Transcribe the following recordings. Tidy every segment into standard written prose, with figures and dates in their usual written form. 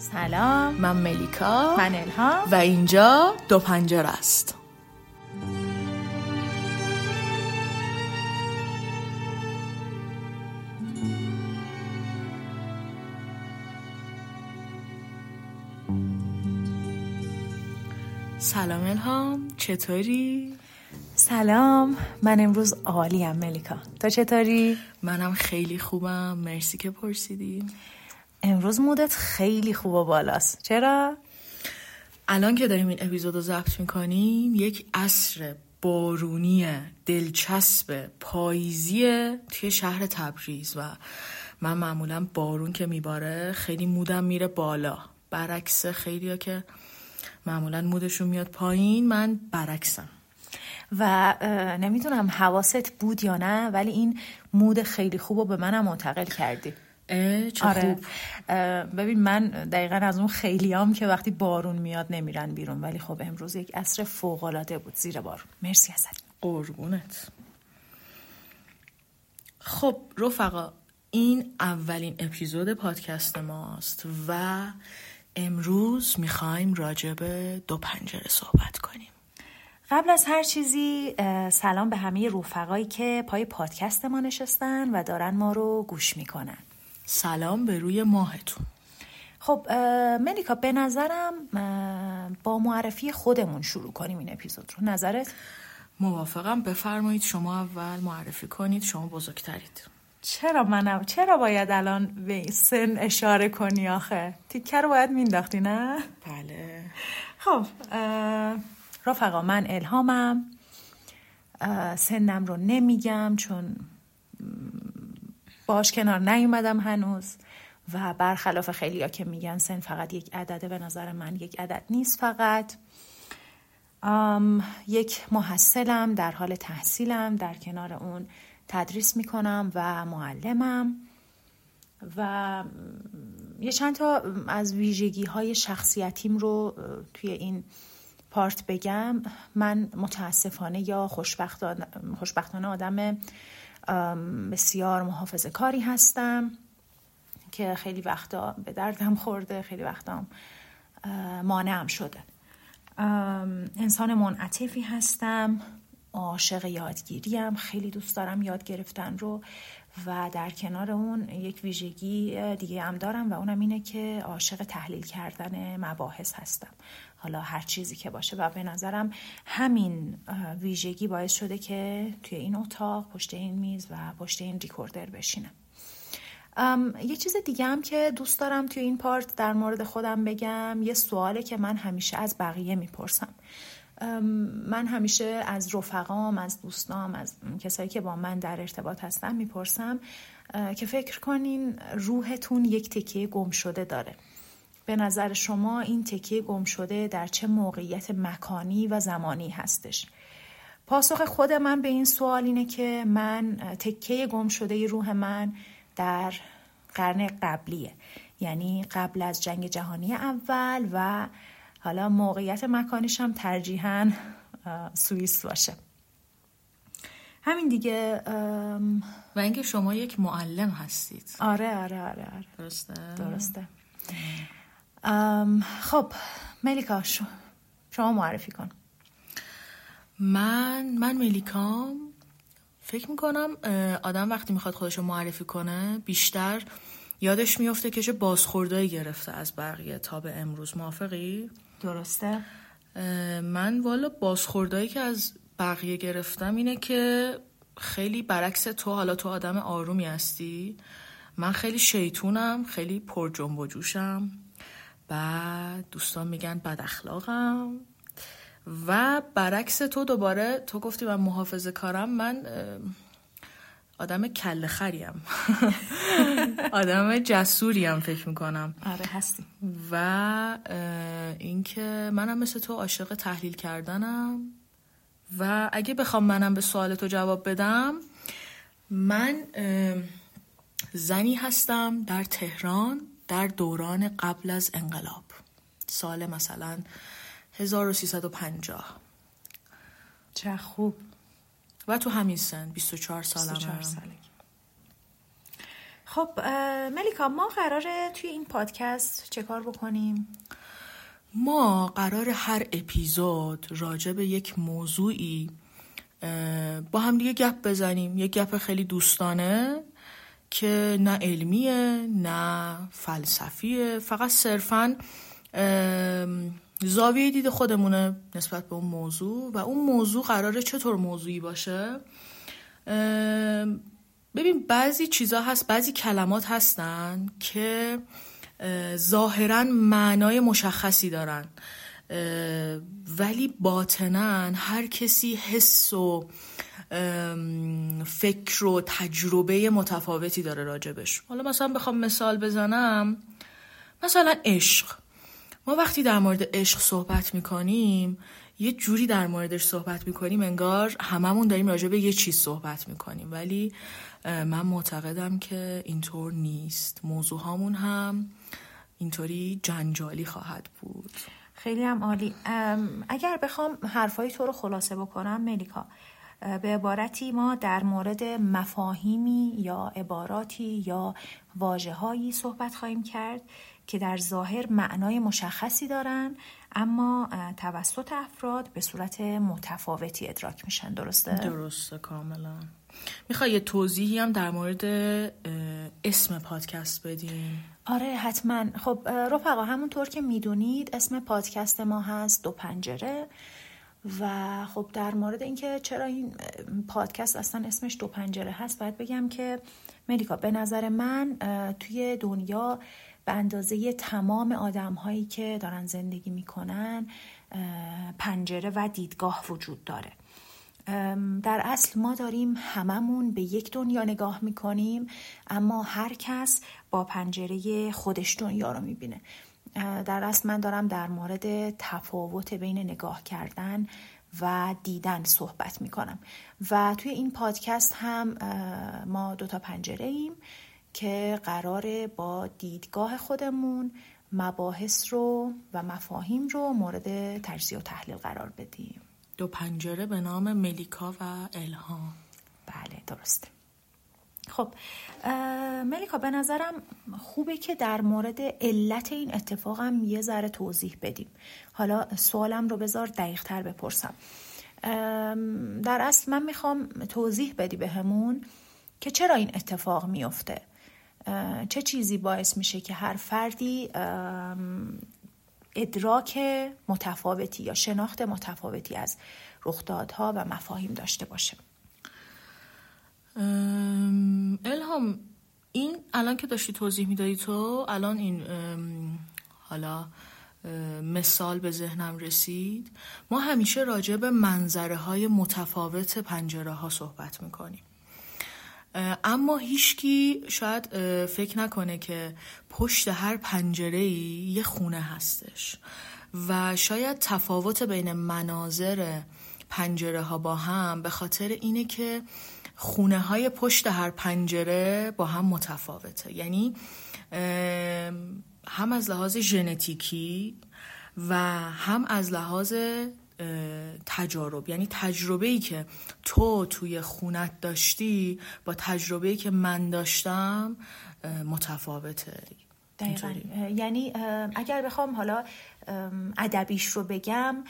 سلام، من ملیکا، من الهام و اینجا دو پنجره است. سلام الهام، چطوری؟ سلام، من امروز عالیم ملیکا. تو چطوری؟ منم خیلی خوبم، مرسی که پرسیدی. امروز مودت خیلی خوب و بالاست. چرا؟ الان که داریم این اپیزودو ضبط میکنیم یک عصر بارونی دلچسب پاییزی توی شهر تبریز و من معمولا بارون که میباره خیلی مودم میره بالا، برعکس خیلیا که معمولا مودشون میاد پایین. من برعکسم و نمیدونم حواست بود یا نه، ولی این مود خیلی خوب رو به منم منتقل کردی. چه آره. خوب. ببین من دقیقا از اون خیلیام که وقتی بارون میاد نمیرن بیرون، ولی خب امروز یک عصر فوق‌العاده بود زیر بارون. مرسی ازت. قربونت. خب رفقا، این اولین اپیزود پادکست ماست و امروز میخوایم راجع به دو پنجره صحبت کنیم. قبل از هر چیزی سلام به همه رفقایی که پای پادکست ما نشستن و دارن ما رو گوش میکنن. سلام به روی ماهتون. خب ملیکا، به نظرم با معرفی خودمون شروع کنیم این اپیزود رو. نظرت؟ موافقم، بفرمایید شما اول معرفی کنید، شما بزرگترید. چرا باید الان به سن اشاره کنی آخه؟ تیکه رو باید مینداختی نه؟ بله. خب رفقا، من الهامم. سنم رو نمیگم چون باش کنار نیومدم هنوز و برخلاف خیلیا که میگن سن فقط یک عدده، به نظر من یک عدد نیست. فقط یک محصلم، در حال تحصیلم، در کنار اون تدریس میکنم و معلمم و یه چند تا از ویژگی های شخصیتیم رو توی این پارت بگم. من متاسفانه یا خوشبختانه آدم بسیار محافظه کاری هستم که خیلی وقتا به دردم خورده، خیلی وقتا مانعم شده. انسان منعطفی هستم، عاشق یادگیریم، خیلی دوست دارم یاد گرفتن رو و در کنار اون یک ویژگی دیگه هم دارم و اونم اینه که عاشق تحلیل کردن مباحث هستم، حالا هر چیزی که باشه. و به نظرم همین ویژگی باعث شده که توی این اتاق پشت این میز و پشت این ریکوردر بشینم. یه چیز دیگه هم که دوست دارم توی این پارت در مورد خودم بگم، یه سواله که من همیشه از بقیه میپرسم. من همیشه از رفقام، از دوستام، از کسایی که با من در ارتباط هستن میپرسم که فکر کنین روحتون یک تکیه گم شده داره. به نظر شما این تکیه گم شده در چه موقعیت مکانی و زمانی هستش؟ پاسخ خود من به این سوال اینه که من تکیه گم شده روح من در قرن قبلیه، یعنی قبل از جنگ جهانی اول و حالا موقعیت مکانیش هم ترجیحاً سوئیس باشه. همین دیگه. و اینکه شما یک معلم هستید. آره. درسته. خب ملیکا، شما معرفی کن. من ملیکام. فکر میکنم آدم وقتی میخواد خودشو معرفی کنه بیشتر یادش میفته که چه بازخوردایی گرفته از بقیه تا به امروز. موافقی؟ درسته. من والا بازخوردایی که از بقیه گرفتم اینه که خیلی برعکس تو، حالا تو آدم آرومی هستی، من خیلی شیطونم، خیلی پر جنب و جوشم، بعد دوستان میگن بد اخلاقم. و برعکس تو دوباره، تو گفتی من محافظه کارم، من آدم کله خریم آدم جسوریم فکر میکنم. آره هستی. و اینکه منم مثل تو عاشق تحلیل کردنم و اگه بخوام منم به سوال تو جواب بدم، من زنی هستم در تهران در دوران قبل از انقلاب، سال مثلا 1350. چه خوب. و تو همین سن 24 سالمه. 24 سالگی. خب ملیکا، ما قراره توی این پادکست چه کار بکنیم؟ ما قرار هر اپیزود راجع به یک موضوعی با هم دیگه گپ بزنیم، یک گپ خیلی دوستانه که نه علمیه نه فلسفیه، فقط صرفاً زاویه دید خودمونه نسبت به اون موضوع. و اون موضوع قراره چطور موضوعی باشه؟ ببین، بعضی چیزا هست، بعضی کلمات هستن که ظاهراً معنای مشخصی دارن ولی باطناً هر کسی حس و فکر و تجربه متفاوتی داره راجبش. حالا مثلا بخوام مثال بزنم، مثلا عشق. ما وقتی در مورد عشق صحبت میکنیم یه جوری در موردش صحبت میکنیم انگار هممون داریم راجع به یه چیز صحبت میکنیم، ولی من معتقدم که اینطور نیست. موضوع هامون هم اینطوری جنجالی خواهد بود. خیلی هم عالی. اگر بخوام حرفای تو رو خلاصه بکنم ملیکا، به عبارتی ما در مورد مفاهیمی یا عباراتی یا واژه‌هایی صحبت خواهیم کرد که در ظاهر معنای مشخصی دارن اما توسط افراد به صورت متفاوتی ادراک میشن. درسته؟ درسته، کاملا. میخوای یه توضیحی هم در مورد اسم پادکست بدیم؟ آره حتما. خب رفقا، همونطور که میدونید اسم پادکست ما هست دو پنجره. و خب در مورد اینکه چرا این پادکست اصلا اسمش دو پنجره هست باید بگم که ملیکا، به نظر من توی دنیا به اندازه تمام آدم هایی که دارن زندگی میکنن پنجره و دیدگاه وجود داره. در اصل ما داریم هممون به یک دنیا نگاه میکنیم اما هر کس با پنجره خودش دنیا رو میبینه. در اصل من دارم در مورد تفاوت بین نگاه کردن و دیدن صحبت میکنم و توی این پادکست هم ما دوتا پنجره ایم که قراره با دیدگاه خودمون مباحث رو و مفاهیم رو مورد تجزیه و تحلیل قرار بدیم. دو پنجره به نام ملیکا و الهام. بله درسته. خب ملیکا، به نظرم خوبه که در مورد علت این اتفاقم یه ذره توضیح بدیم. حالا سوالم رو بذار دقیق تر بپرسم. در اصل من میخوام توضیح بدی بهمون که چرا این اتفاق میفته. چه چیزی باعث میشه که هر فردی ادراک متفاوتی یا شناخت متفاوتی از رخدادها و مفاهیم داشته باشه؟ الهام، این الان که داشتی توضیح میدادی تو، الان این حالا مثال به ذهنم رسید. ما همیشه راجع به منظره های متفاوت پنجره ها صحبت میکنیم اما هیچکی شاید فکر نکنه که پشت هر پنجره‌ای یه خونه هستش و شاید تفاوت بین مناظر پنجره ها با هم به خاطر اینه که خونه های پشت هر پنجره با هم متفاوته. یعنی هم از لحاظ ژنتیکی و هم از لحاظ تجارب. یعنی تجربه‌ای که تو توی خونت داشتی با تجربه‌ای که من داشتم متفاوته. دقیقاً. یعنی اگر بخوام حالا ادبیش رو بگم،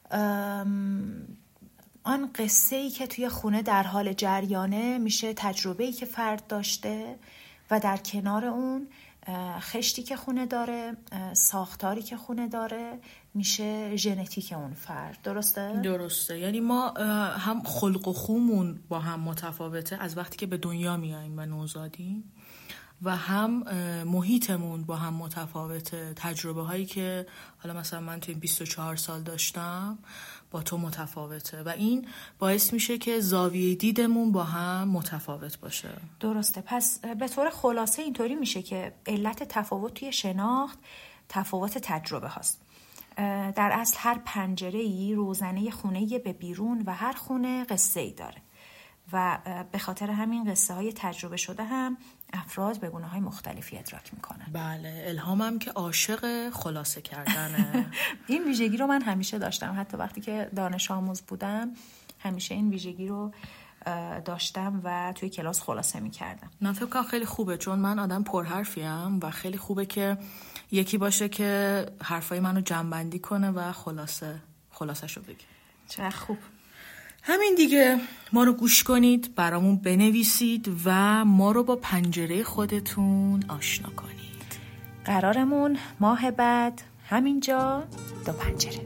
آن قصه‌ای که توی خونه در حال جریانه میشه تجربه‌ای که فرد داشته و در کنار اون خشتی که خونه داره، ساختاری که خونه داره میشه ژنتیک اون فرد. درسته؟ درسته. یعنی ما هم خلق و خومون با هم متفاوته از وقتی که به دنیا میاییم و نوزادیم و هم محیطمون با هم متفاوته. تجربه هایی که حالا مثلا من توی 24 سال داشتم با تو متفاوته و این باعث میشه که زاویه دیدمون با هم متفاوت باشه. درسته. پس به طور خلاصه اینطوری میشه که علت تفاوت توی شناخت تفاوت تجربه هاست. در اصل هر پنجره‌ای روزنه خونه‌ای به بیرون و هر خونه قصه‌ای داره و به خاطر همین قصه های تجربه شده هم افراد به گونه‌های مختلفی ادراک میکنن. بله، الهامم که عاشق خلاصه کردنه. این ویژگی رو من همیشه داشتم، حتی وقتی که دانش آموز بودم همیشه این ویژگی رو داشتم و توی کلاس خلاصه میکردم. من فکر کنم خیلی خوبه، چون من آدم پرحرفیم و خیلی خوبه که یکی باشه که حرفای منو جمع‌بندی کنه و خلاصه‌شو بگه. چه خوب. همین دیگه، ما رو گوش کنید، برامون بنویسید و ما رو با پنجره خودتون آشنا کنید. قرارمون ماه بعد همینجا 2 پنجره.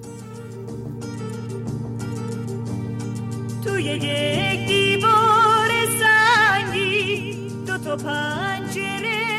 توی یک دیوار سنگی 2 تا پنجره